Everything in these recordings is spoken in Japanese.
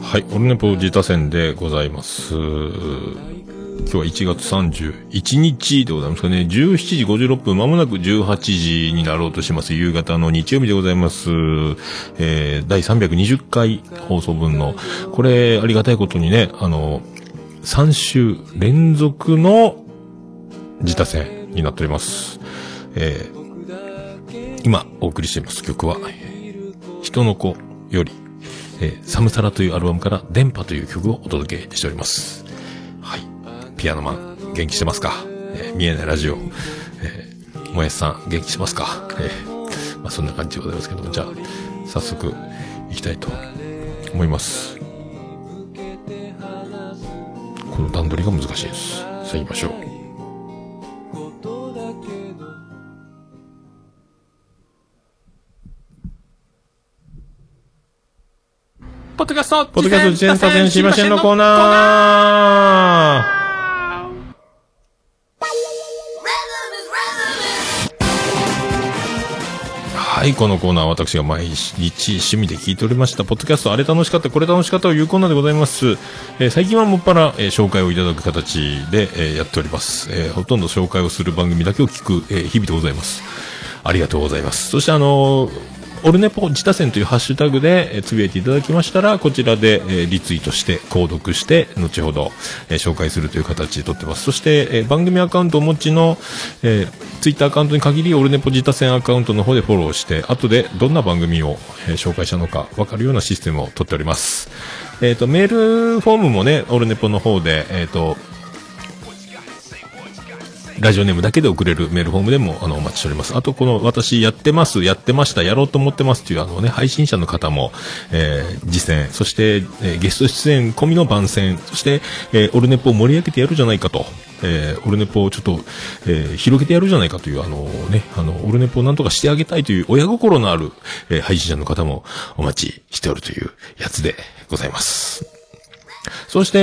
はい、オルネポ自他戦でございます。今日は1月31日でございますかね。17時56分、まもなく18時になろうとします。夕方の日曜日でございます。第320回放送分の、これ、ありがたいことにね、3週連続の自他戦になっております。今、お送りしています曲は、人の子より、サムサラというアルバムから電波という曲をお届けしております。はい。ピアノマン、元気してますか？見えないラジオ、もやしさん、元気してますか？まあそんな感じでございますけども、じゃあ、早速、行きたいと思います。この段取りが難しいです。さあ行きましょう。ポッドキャスト自転車戦しませんのコーナー。はい、このコーナーは私が毎日趣味で聞いておりましたポッドキャスト、あれ楽しかったこれ楽しかったというコーナーでございます。最近はもっぱら、紹介をいただく形で、やっております。ほとんど紹介をする番組だけを聞く、日々でございます。ありがとうございます。そしてオルネポ自他戦というハッシュタグでつぶやいていただきましたら、こちらでリツイートして購読して後ほど紹介するという形で撮ってます。そして番組アカウントをお持ちのツイッターアカウントに限りオルネポ自他戦アカウントの方でフォローして、後でどんな番組を紹介したのか分かるようなシステムを取っております。メールフォームもね、オルネポの方でラジオネームだけで送れるメールフォームでもお待ちしております。あとこの私やってます、やってました、やろうと思ってますっていう配信者の方も、実践、そして、ゲスト出演込みの番宣、そして、オルネポを盛り上げてやるじゃないかと、オルネポをちょっと、広げてやるじゃないかというオルネポをなんとかしてあげたいという親心のある、配信者の方もお待ちしておるというやつでございます。そして、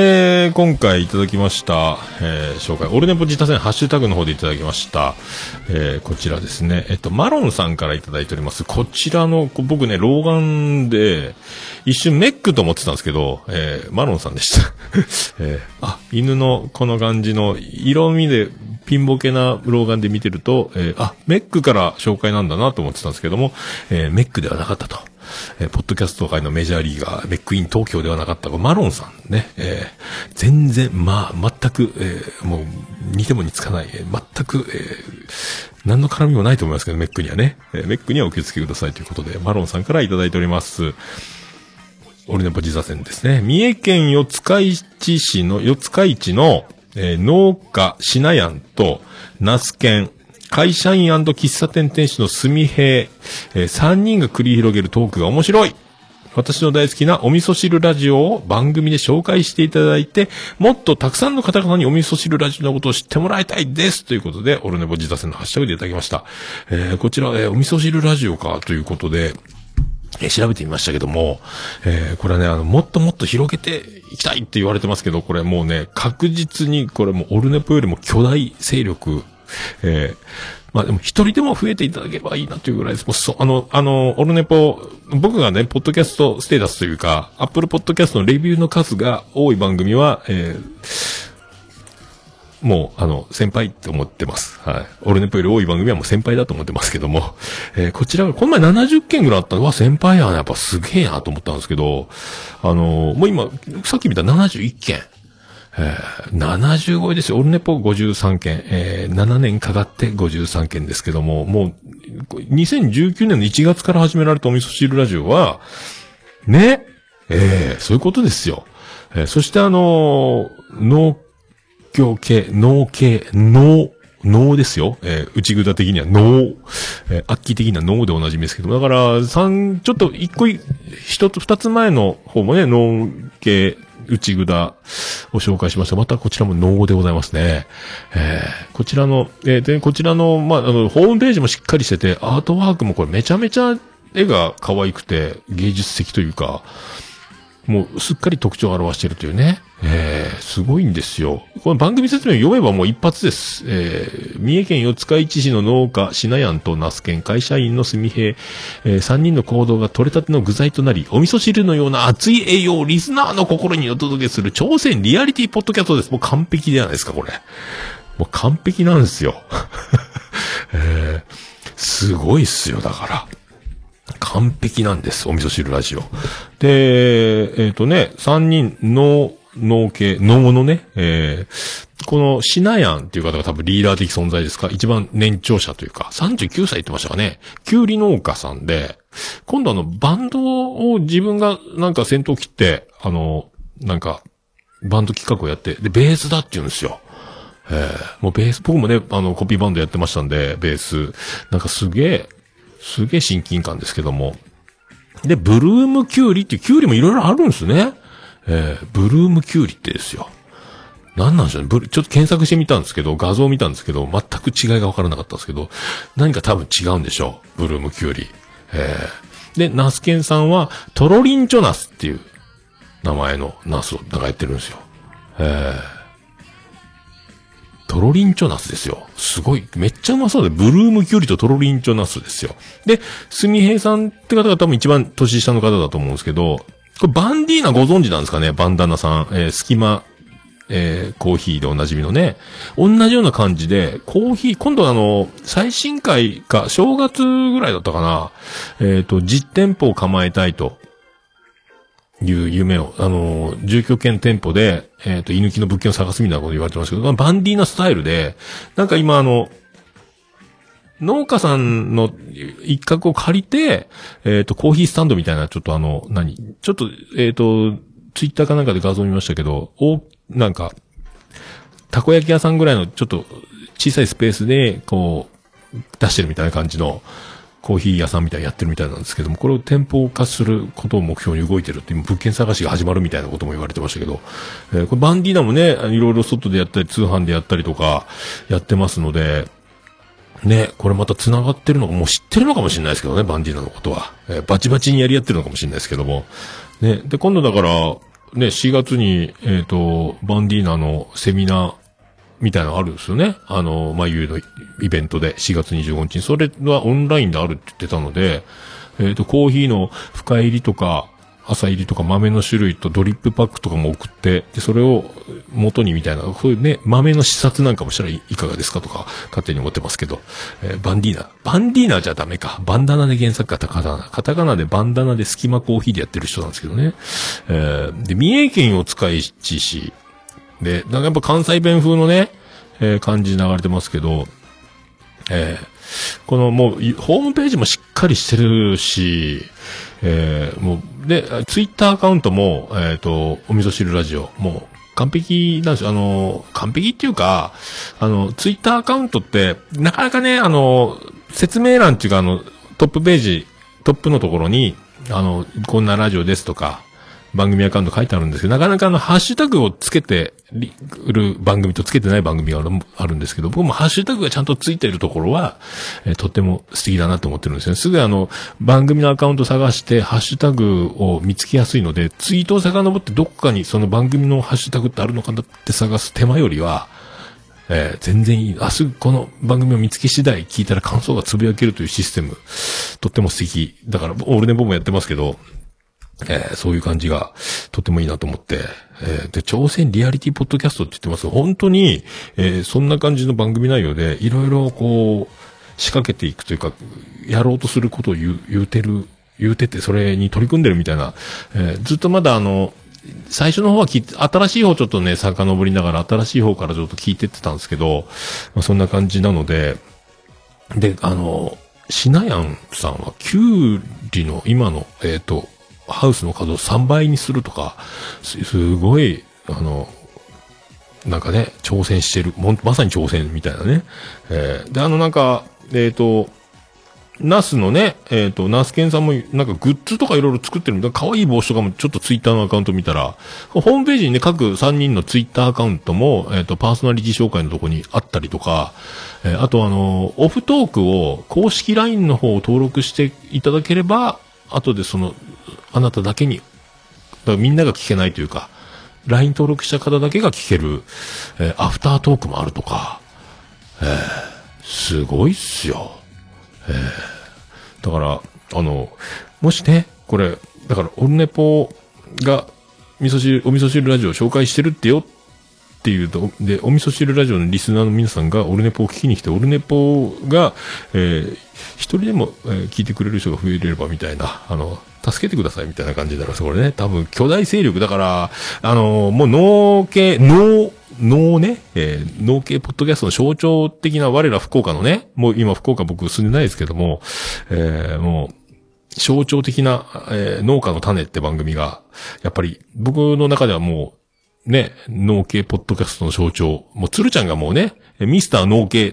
今回いただきました、紹介、オルネポ自他戦ハッシュタグの方でいただきました、こちらですね、マロンさんからいただいております。こちらの、僕ね、老眼で、一瞬メックと思ってたんですけど、マロンさんでした。犬のこの感じの、色味で、ピンボケな老眼で見てると、メックから紹介なんだなと思ってたんですけども、メックではなかったと。ポッドキャスト界のメジャーリーガー、メックイン東京ではなかったマロンさんね、全然、全く、もう、似ても似つかない、全く、何の絡みもないと思いますけど、メックにはね、メックにはお気をつけくださいということで、マロンさんからいただいております。オルネポ自他戦ですね。三重県四日市の、農家しなやんと、那須県、会社員&喫茶店店主のすみへい、3人が繰り広げるトークが面白い。私の大好きなお味噌汁ラジオを番組で紹介していただいて、もっとたくさんの方々にお味噌汁ラジオのことを知ってもらいたいです。ということで、オルネポ自他戦のハッシュタグでいただきました。こちら、お味噌汁ラジオかということで、調べてみましたけども、これはね、もっともっと広げていきたいって言われてますけど、これもうね、確実にこれもオルネポよりも巨大勢力、でも一人でも増えていただければいいなというぐらいです。オルネポ、僕がね、ポッドキャストステータスというか、アップルポッドキャストのレビューの数が多い番組は、もう、先輩って思ってます。はい。オルネポより多い番組はもう先輩だと思ってますけども、こちらが、この前70件ぐらいあったのは先輩やな、やっぱすげえなと思ったんですけど、もう今、さっき見た71件。70超えですよ。オルネポ53件、7年かかって53件ですけども、もう、2019年の1月から始められたお味噌汁ラジオは、ね、そういうことですよ。そして農ですよ。内札的にはアッキー的には農でおなじみですけど、だから、ちょっと二つ前の方もね、農系、内札を紹介しました。またこちらも農でございますね。こちらの、ホームページもしっかりしてて、アートワークもこれめちゃめちゃ絵が可愛くて、芸術的というか、もうすっかり特徴を表しているというね。 すごいんですよ。この番組説明を読めばもう一発です。三重県四日市市の農家、シナヤンとナスケン、会社員のすみへい、3人の行動が取れたての具材となり、お味噌汁のような熱い栄養をリスナーの心にお届けする挑戦リアリティポッドキャストです。もう完璧じゃないですか、これ。もう完璧なんですよ。すごいっすよ、だから。完璧なんです、お味噌汁ラジオ。で、3人の農のね、このシナヤンっていう方が多分リーダー的存在ですか？一番年長者というか、39歳言ってましたかね。きゅうり農家さんで、今度バンドを自分がなんか先頭切って、なんか、バンド企画をやって、で、ベースだって言うんですよ。もうベース、僕もね、コピーバンドやってましたんで、ベース、なんかすげえ親近感ですけども。で、ブルームキュウリっていうキュウリもいろいろあるんですね。ブルームキュウリってですよ。なんなんでしょうね。ちょっと検索してみたんですけど、画像見たんですけど、全く違いが分からなかったんですけど、何か多分違うんでしょう。ブルームキュウリ。で、ナスケンさんは、トロリンチョナスっていう名前のナスをなんかやってるんですよ。トロリンチョナスですよ。すごい、めっちゃうまそうで、ブルームキュウリとトロリンチョナスですよ。で、すみへいさんって方が多分一番年下の方だと思うんですけど、これバンディーナご存知なんですかね？バンダナさん、隙間、コーヒーでおなじみのね。同じような感じで、コーヒー、今度最新回か、正月ぐらいだったかな。実店舗を構えたいと。いう夢を、住居兼店舗で、居抜きの物件を探すみたいなこと言われてますけど、バンディーナスタイルで、なんか今農家さんの一角を借りて、コーヒースタンドみたいな、ちょっとちょっと、ツイッターかなんかで画像見ましたけど、なんか、たこ焼き屋さんぐらいのちょっと小さいスペースで、こう、出してるみたいな感じの、コーヒー屋さんみたいにやってるみたいなんですけども、これを店舗化することを目標に動いてるっていう物件探しが始まるみたいなことも言われてましたけど、これバンディーナもね、いろいろ外でやったり、通販でやったりとか、やってますので、ね、これまた繋がってるのか、もう知ってるのかもしれないですけどね、バンディーナのことは。バチバチにやり合ってるのかもしれないですけども。ね、で、今度だから、ね、4月に、バンディーナのセミナー、みたいなのあるんですよね。ゆのイベントで4月25日に。それはオンラインであるって言ってたので、コーヒーの深入りとか、朝入りとか豆の種類とドリップパックとかも送って、で、それを元にみたいな、そういうね、豆の視察なんかもしたらいかがですかとか、勝手に思ってますけど、バンディーナじゃダメか。バンダナで原作カタカナでバンダナで隙間コーヒーでやってる人なんですけどね。で、三重県四日市市、で、なんかやっぱ関西弁風のね、感じ流れてますけど、このもう、ホームページもしっかりしてるし、もう、で、ツイッターアカウントも、お味噌汁ラジオ、もう、完璧なんですよ。完璧っていうか、ツイッターアカウントって、なかなかね、説明欄っていうか、トップページ、トップのところに、こんなラジオですとか、番組アカウント書いてあるんですけど、なかなかハッシュタグをつけてる番組とつけてない番組があるんですけど、僕もハッシュタグがちゃんとついてるところは、とっても素敵だなと思ってるんですよね。すぐ番組のアカウント探して、ハッシュタグを見つけやすいので、ツイートを遡ってどこかにその番組のハッシュタグってあるのかなって探す手間よりは、全然いい。すぐこの番組を見つけ次第聞いたら感想がつぶやけるというシステム、とっても素敵。だから、オールネボもやってますけど、そういう感じがとってもいいなと思って、で、挑戦リアリティポッドキャストって言ってます。本当に、そんな感じの番組内容で、いろいろこう、仕掛けていくというか、やろうとすることを言うてて、それに取り組んでるみたいな、ずっとまだ最初の方は新しい方ちょっとね、遡りながら新しい方からちょっと聞いてってたんですけど、そんな感じなので、で、シナヤンさんは、キュウリの今の、ハウスの数を3倍にするとか、すごい、なんかね、挑戦してる。まさに挑戦みたいなね。で、なんか、ナスのね、ナスケンさんもなんかグッズとかいろいろ作ってるんだ。可愛い帽子とかもちょっとツイッターのアカウント見たら、ホームページにね、各3人のツイッターアカウントも、パーソナリティ紹介のとこにあったりとか、あとオフトークを公式 LINE の方を登録していただければ、後であなただけに、だからみんなが聞けないというか、 LINE 登録した方だけが聞ける、アフタートークもあるとか、すごいっすよ。だから、もしね、これ、だから、オルネポが、お味噌汁ラジオを紹介してるってよっていうと、で、お味噌汁ラジオのリスナーの皆さんがオルネポを聞きに来て、オルネポが、一人でも、聞いてくれる人が増えればみたいな、助けてくださいみたいな感じになります。これね、多分巨大勢力だから、もう脳系ポッドキャストの象徴的な我ら福岡のね、もう今福岡僕住んでないですけども、もう、象徴的な、農家の種って番組が、やっぱり僕の中ではもう、ね、農系ポッドキャストの象徴、もう鶴ちゃんがもうね、ミスター農系、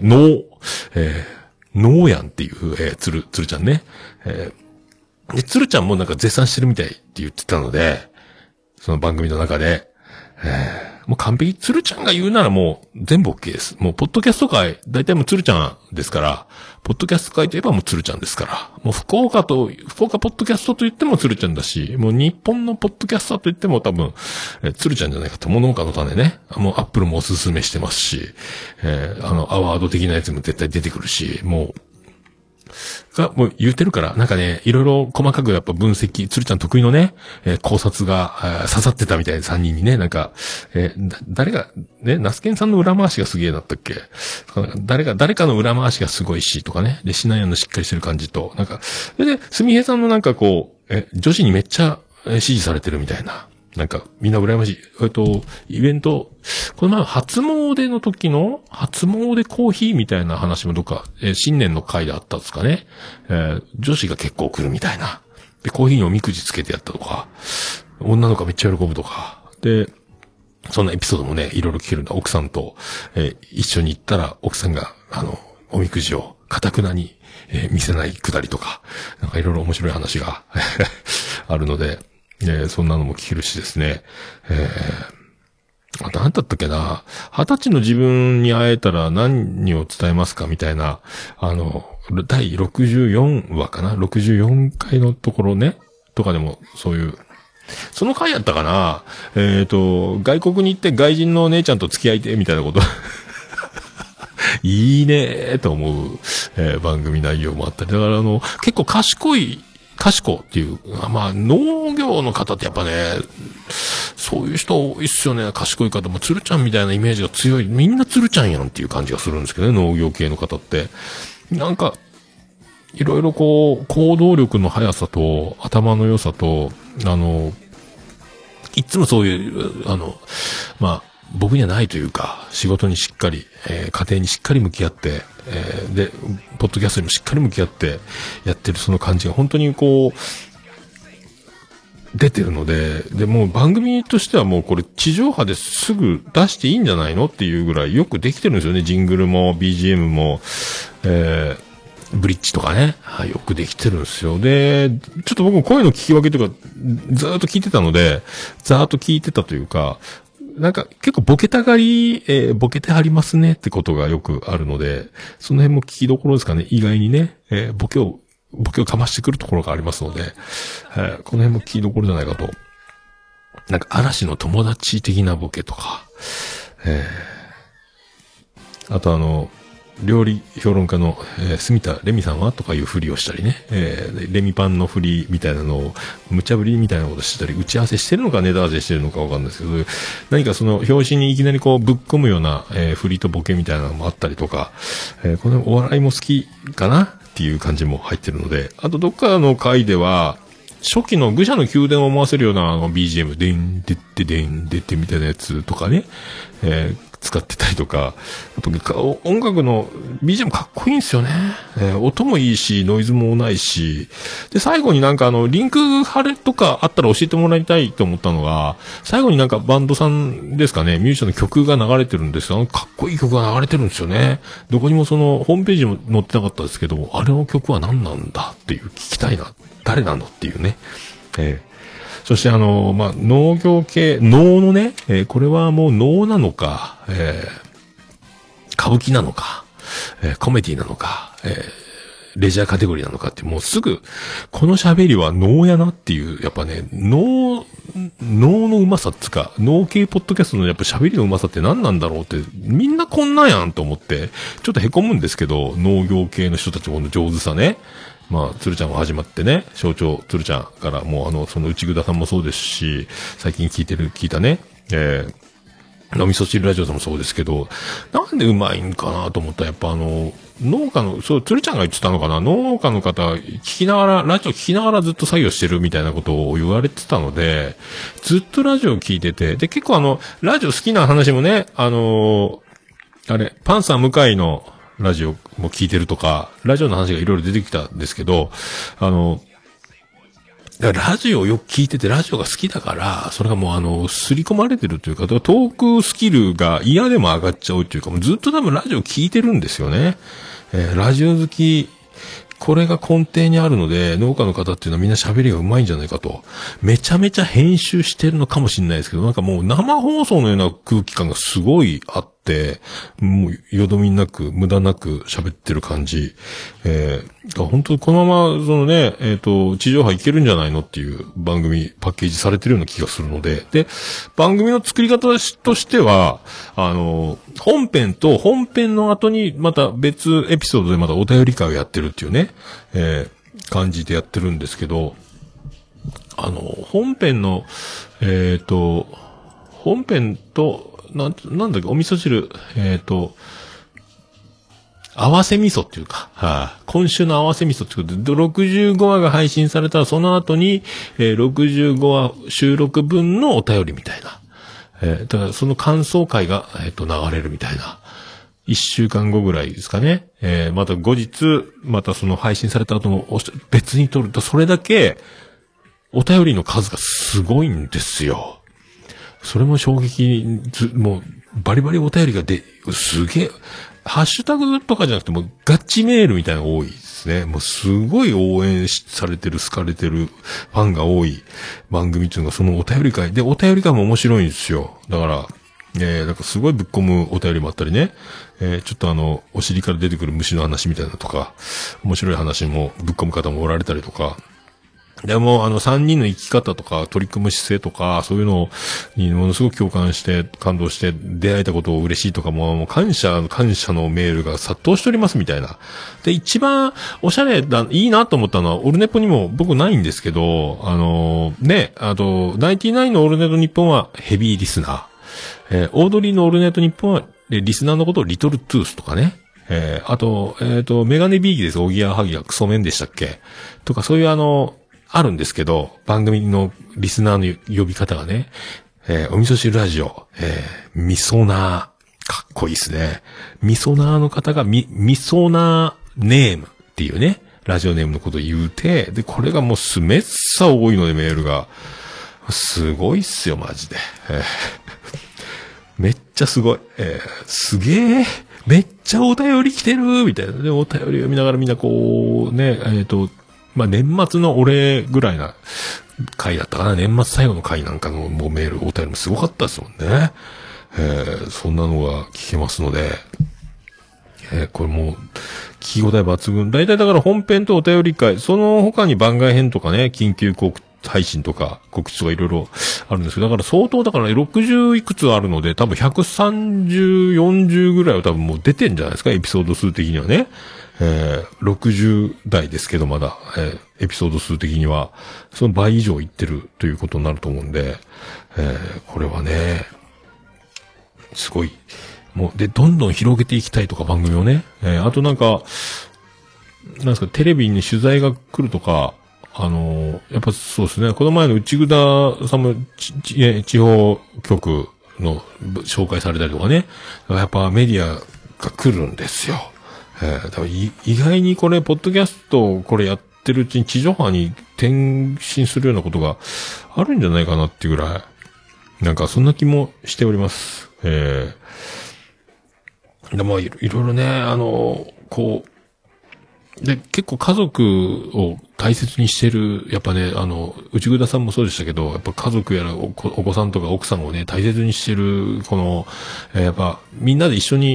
農やんっていう、鶴ちゃんね。で、鶴ちゃんもなんか絶賛してるみたいって言ってたので、その番組の中で、もう完璧、鶴ちゃんが言うならもう全部 OK です。もうポッドキャスト界、大体もう鶴ちゃんですから、ポッドキャスト界といえばもう鶴ちゃんですから、もう福岡ポッドキャストと言っても鶴ちゃんだし、もう日本のポッドキャスターと言っても多分、鶴ちゃんじゃないかと、農家の種ね。もうアップルもおすすめしてますし、アワード的なやつも絶対出てくるし、もう言ってるから、なんかね、いろいろ細かくやっぱ分析、鶴ちゃん得意のね、考察が、刺さってたみたいで3人にね、なんか、誰が、ね、ナスケンさんの裏回しがすげえだったっけ？誰かの裏回しがすごいし、とかね、で、シナヤンのしっかりしてる感じと、なんか、で、すみへさんのなんかこう、女子にめっちゃ支持されてるみたいな。なんか、みんな羨ましい。イベント、この前初詣の時の、初詣コーヒーみたいな話もどっか、新年の会であったんですかね。女子が結構来るみたいな。で、コーヒーにおみくじつけてやったとか、女の子がめっちゃ喜ぶとか。で、そんなエピソードもね、いろいろ聞けるんだ。奥さんと、一緒に行ったら、奥さんが、おみくじを、堅くなに、見せないくだりとか、なんかいろいろ面白い話が、あるので、そんなのも聞けるしですね。何だったっけな。20歳の自分に会えたら何を伝えますかみたいな、第64話かな ?64 回のところね。とかでも、そういう、その回やったかな外国に行って外人の姉ちゃんと付き合いて、みたいなこと。いいねーと思う、番組内容もあったり。だから結構賢っていう、まあ、農業の方ってやっぱね、そういう人多いっすよね。賢い方も、鶴ちゃんみたいなイメージが強い。みんな鶴ちゃんやんっていう感じがするんですけどね、農業系の方って。なんか、いろいろこう、行動力の速さと、頭の良さと、いつもそういう、まあ、僕にはないというか、仕事にしっかり、家庭にしっかり向き合って、で、ポッドキャストにもしっかり向き合ってやってるその感じが本当にこう、出てるので、で、もう番組としてはもうこれ地上波ですぐ出していいんじゃないのっていうぐらいよくできてるんですよね。ジングルも BGM も、ブリッジとかね、はい、よくできてるんですよ。で、ちょっと僕も声の聞き分けとか、ずーっと聞いてたので、ざーっと聞いてたというか、なんか結構ボケたがり、ボケてはりますねってことがよくあるので、その辺も聞きどころですかね。意外にね、ボケをかましてくるところがありますので、この辺も聞きどころじゃないかと。なんか嵐の友達的なボケとか、あと料理評論家の、住田レミさんはとかいうふりをしたりね、レミパンのふりみたいなのを、無茶ぶりみたいなことしてたり、打ち合わせしてるのかネタ合わせしてるのかわかんないですけど、何かその表紙にいきなりこうぶっ込むような、ふりとボケみたいなのもあったりとか、このお笑いも好きかなっていう感じも入ってるので、あとどっかの回では、初期の愚者の宮殿を思わせるようなBGM、でんでってでんでってみたいなやつとかね、使ってたりとか、あと音楽の BGM かっこいいんですよね。音もいいし、ノイズもないし、で、最後になんかリンク貼れとかあったら教えてもらいたいと思ったのが、最後になんかバンドさんですかね、ミュージシャンの曲が流れてるんですよ。かっこいい曲が流れてるんですよね。どこにもその、ホームページも載ってなかったですけど、あれの曲は何なんだっていう聞きたいな。誰なのっていうね。そしてまあ、農業系、能のね、これはもう能なのか、歌舞伎なのか、コメディなのか、 レジャーカテゴリーなのかって、もうすぐ、この喋りは脳やなっていう、やっぱね、脳のうまさっつか、脳系ポッドキャストのやっぱ喋りのうまさって何なんだろうって、みんなこんなんやんと思って、ちょっと凹むんですけど、農業系の人たちの上手さね。まあ、鶴ちゃんが始まってね、象徴、鶴ちゃんからもうその内ぐださんもそうですし、最近聞いたね、お味噌汁ラジオさんもそうですけど、なんでうまいんかなと思ったら、やっぱ農家の、そう、鶴ちゃんが言ってたのかな、農家の方、聞きながら、ラジオ聞きながらずっと作業してるみたいなことを言われてたので、ずっとラジオ聞いてて、で、結構ラジオ好きな話もね、パンサー向井のラジオも聞いてるとか、ラジオの話がいろいろ出てきたんですけど、だからラジオをよく聞いてて、ラジオが好きだから、それがもう刷り込まれてるというか、トークスキルが嫌でも上がっちゃうというか、もうずっと多分ラジオ聞いてるんですよね。ラジオ好き、これが根底にあるので、農家の方っていうのはみんな喋りが上手いんじゃないかと。めちゃめちゃ編集してるのかもしれないですけど、なんかもう生放送のような空気感がすごいあって、もうよどみなく、無駄なく喋ってる感じ。本当このまま、そのね、地上波いけるんじゃないのっていう番組、パッケージされてるような気がするので、で、番組の作り方としては、本編の後にまた別エピソードでまたお便り会をやってるっていうね、感じでやってるんですけど、本編の、本編と、なんだっけ、お味噌汁、合わせ味噌っていうか、今週の合わせ味噌ってことで、65話が配信されたらその後に、65話収録分のお便りみたいな。だからその感想会が、流れるみたいな。1週間後ぐらいですかね。また後日、またその配信された後の別に撮ると、それだけ、お便りの数がすごいんですよ。それも衝撃、もう、バリバリお便りがすげえ、ハッシュタグとかじゃなくてもガチメールみたいなのが多いですね。もうすごい応援されてる、好かれてるファンが多い番組っていうのがそのお便り会。で、お便り会も面白いんですよ。だから、なんかすごいぶっ込むお便りもあったりね。ちょっとお尻から出てくる虫の話みたいなとか、面白い話もぶっ込む方もおられたりとか。でも、3人の生き方とか、取り組む姿勢とか、そういうのにものすごく共感して、感動して、出会えたことを嬉しいとかもう感謝のメールが殺到しておりますみたいな。で、一番おしゃれだ、いいなと思ったのは、オルネポにも僕ないんですけど、ナインティナインのオルネポ日本はヘビーリスナー。オードリーのオルネポ日本は、リスナーのことをリトルトゥースとかね。あと、メガネビーギです。おぎやはぎがクソメンでしたっけとか、そういうあるんですけど、番組のリスナーの呼び方がね、お味噌汁ラジオ、みそなー、かっこいいですね。みそなーの方がみそなーネームっていうね、ラジオネームのことを言うて、で、これがもうめっさ多いのでメールが、すごいっすよ、マジで。めっちゃすごい。すげえ、めっちゃお便り来てるみたいな。で、お便り読みながらみんなこう、ね、まあ、年末のお礼ぐらいな回だったかな。年末最後の回なんかのもうメール、お便りもすごかったですもんね。そんなのが聞けますので、これもう、聞き応え抜群。大体だから本編とお便り会、その他に番外編とかね、緊急配信とか告知とかいろいろあるんですけど、だから相当だから60いくつあるので、多分130、40ぐらいは多分もう出てんじゃないですか、エピソード数的にはね。60代ですけどまだ、エピソード数的には、その倍以上いってるということになると思うんで、これはね、すごい、もう、で、どんどん広げていきたいとか番組をね、あとなんか、なんですか、テレビに取材が来るとか、やっぱそうですね、この前の内ぐださんも地方局の紹介されたりとかね、やっぱメディアが来るんですよ。多分意外にこれ、ポッドキャストこれやってるうちに地上波に転身するようなことがあるんじゃないかなっていうぐらい、なんかそんな気もしております。でもいろいろね、こう、で、結構家族を大切にしてる、やっぱね、内ぐださんもそうでしたけど、やっぱ家族やらお子さんとか奥さんをね、大切にしてる、この、やっぱみんなで一緒に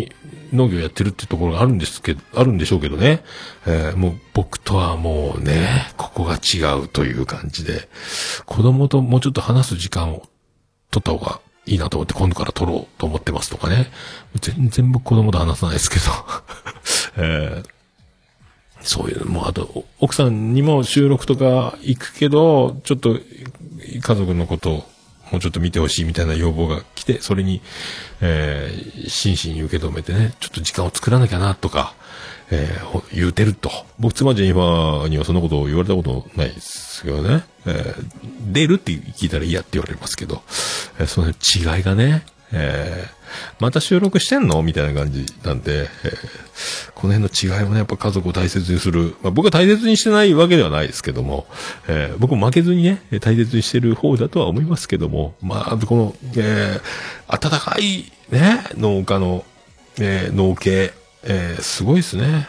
農業やってるっていうところがあるんでしょうけどね。もう僕とはもうね、ここが違うという感じで、子供ともうちょっと話す時間を取った方がいいなと思って今度から取ろうと思ってますとかね。全然僕子供と話さないですけど。そういうのも、あと、奥さんにも収録とか行くけど、ちょっと家族のことをもうちょっと見てほしいみたいな要望が来て、それに、真摯に受け止めてね、ちょっと時間を作らなきゃなとか、言うてると。僕、妻ジェニファーにはそんなことを言われたことないですけどね。出るって聞いたら嫌って言われますけど、その違いがね、また収録してんのみたいな感じなんで、この辺の違いもね、やっぱ家族を大切にする。僕は大切にしてないわけではないですけども、僕も負けずにね、大切にしてる方だとは思いますけども、まあ、この、温かいね、農家の、農系、すごいですね。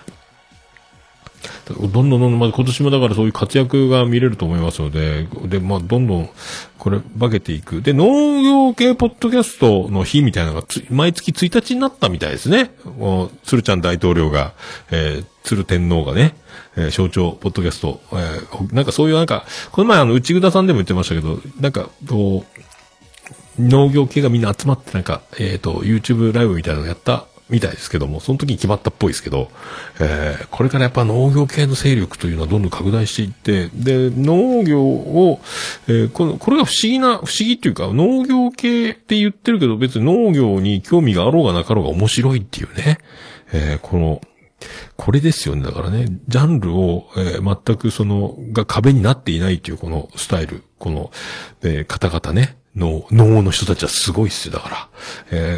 どんどん、まあ、今年もだからそういう活躍が見れると思いますので、で、まあ、どんどん、これ、化けていく。で、農業系ポッドキャストの日みたいなのが毎月1日になったみたいですね。鶴ちゃん大統領が、鶴天皇がね、象徴、ポッドキャスト、なんかそういうなんか、この前内ぐださんでも言ってましたけど、なんか、こう、農業系がみんな集まってなんか、YouTube ライブみたいなのやったみたいですけども、その時に決まったっぽいですけど、これからやっぱ農業系の勢力というのはどんどん拡大していって、で、農業を、これが不思議っていうか、農業系って言ってるけど、別に農業に興味があろうがなかろうが面白いっていうね、これですよね。だからね、ジャンルを、全くが壁になっていないっていうこのスタイル、この、方々ね、農の人たちはすごいっすよ。だから、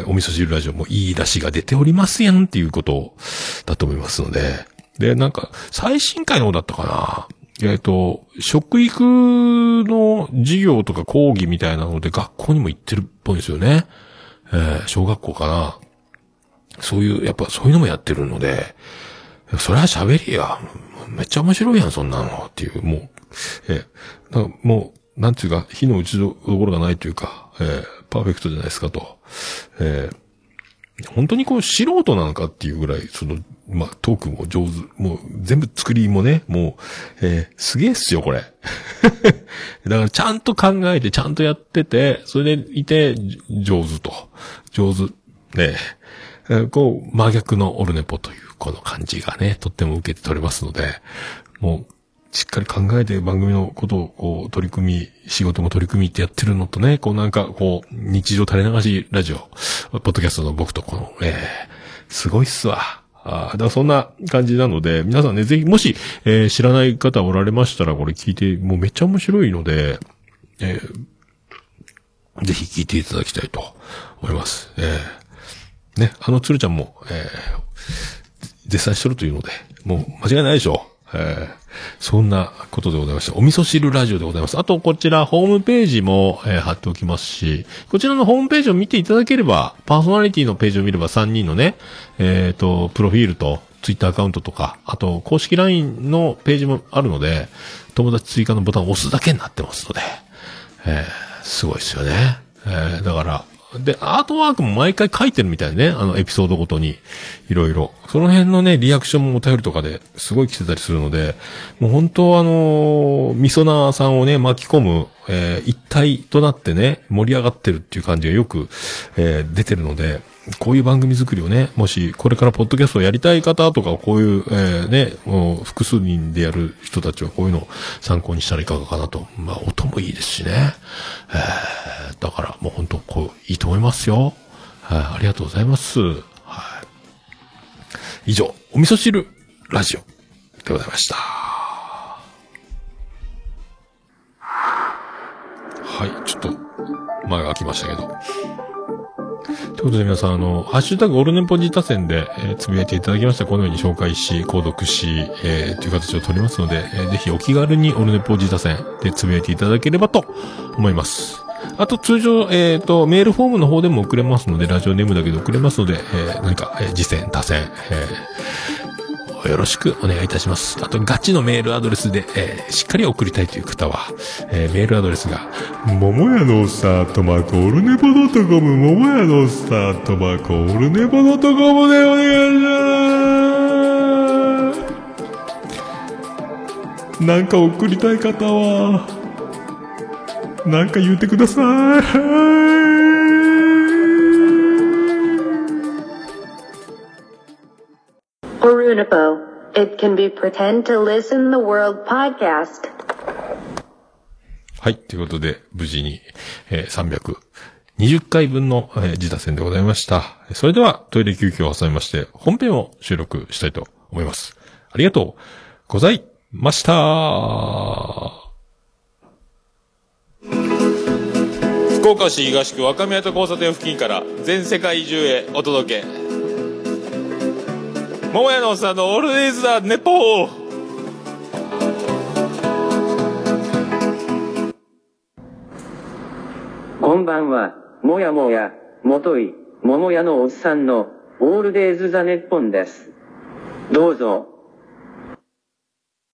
お味噌汁ラジオもいい出汁が出ておりますやんっていうことだと思いますので。で、なんか、最新回の方だったかな。食育の授業とか講義みたいなので学校にも行ってるっぽいんですよね。小学校かな。そういう、やっぱそういうのもやってるので、それは喋りや、めっちゃ面白いやん、そんなのっていう、もう、もう、なんていうか、火の打ちどころがないというか、パーフェクトじゃないですかと。本当にこう素人なのかっていうぐらい、まあ、トークも上手、もう全部作りもね、もう、すげえっすよ、これ。だからちゃんと考えて、ちゃんとやってて、それでいて、上手と。上手。ね。こう、真逆のオルネポという、この感じがね、とっても受けて取れますので、もう、しっかり考えて番組のことをこう取り組み、仕事も取り組みってやってるのとね、こうなんかこう、日常垂れ流しラジオ、ポッドキャストの僕とこの、すごいっすわ。だからそんな感じなので、皆さんね、ぜひ、もし、知らない方おられましたら、これ聞いて、もうめっちゃ面白いので、ぜひ聞いていただきたいと思います。ね、鶴ちゃんも、絶賛しとるというので、もう間違いないでしょう。そんなことでございました。お味噌汁ラジオでございます。あと、こちら、ホームページも、貼っておきますし、こちらのホームページを見ていただければ、パーソナリティのページを見れば3人のね、プロフィールと、ツイッターアカウントとか、あと、公式 LINE のページもあるので、友達追加のボタンを押すだけになってますので、すごいですよね。だから、で、アートワークも毎回書いてるみたいね。エピソードごとに。いろいろ。その辺のね、リアクションもお便りとかですごい来てたりするので、もう本当みそなさんをね、巻き込む、一体となってね、盛り上がってるっていう感じがよく、出てるので、こういう番組作りをね、もしこれからポッドキャストをやりたい方とか、こういう、ね、もう複数人でやる人たちはこういうのを参考にしたらいかがかなと。まあ、音もいいですしね。だからもう本当こう、いいと思いますよ。ありがとうございます。以上、お味噌汁ラジオでございました。はい、ちょっと、前が空きましたけど。ということで皆さん、ハッシュタグオルネポジータ戦で、つぶやいていただきました。このように紹介し、購読し、という形を取りますので、ぜひお気軽にオルネポジータ戦でつぶやいていただければと思います。あと通常、メールフォームの方でも送れますので、ラジオネームだけで送れますので、何か、次戦、他戦、 よろしくお願いいたします。あと、ガチのメールアドレスで、しっかり送りたいという方は、メールアドレスが、ももやのおっさんオルネポドットコム、ももやのおっさんオルネポドットコムでお願いします。なんか送りたい方は、なんか言ってください。 Orunepo. It can be pretend to listen the world podcast. はい。ということで、無事に、320回分の、自他戦でございました。それでは、トイレ休憩を挟みまして、本編を収録したいと思います。ありがとうございました。福岡市東区若宮と交差点付近から全世界中へお届け。桃屋のおっさんのオールデイズ・ザ・ネポー。 こんばんは、もやもや、もとい、桃屋のおっさんのオールデイズ・ザ・ネッポンです。どうぞ。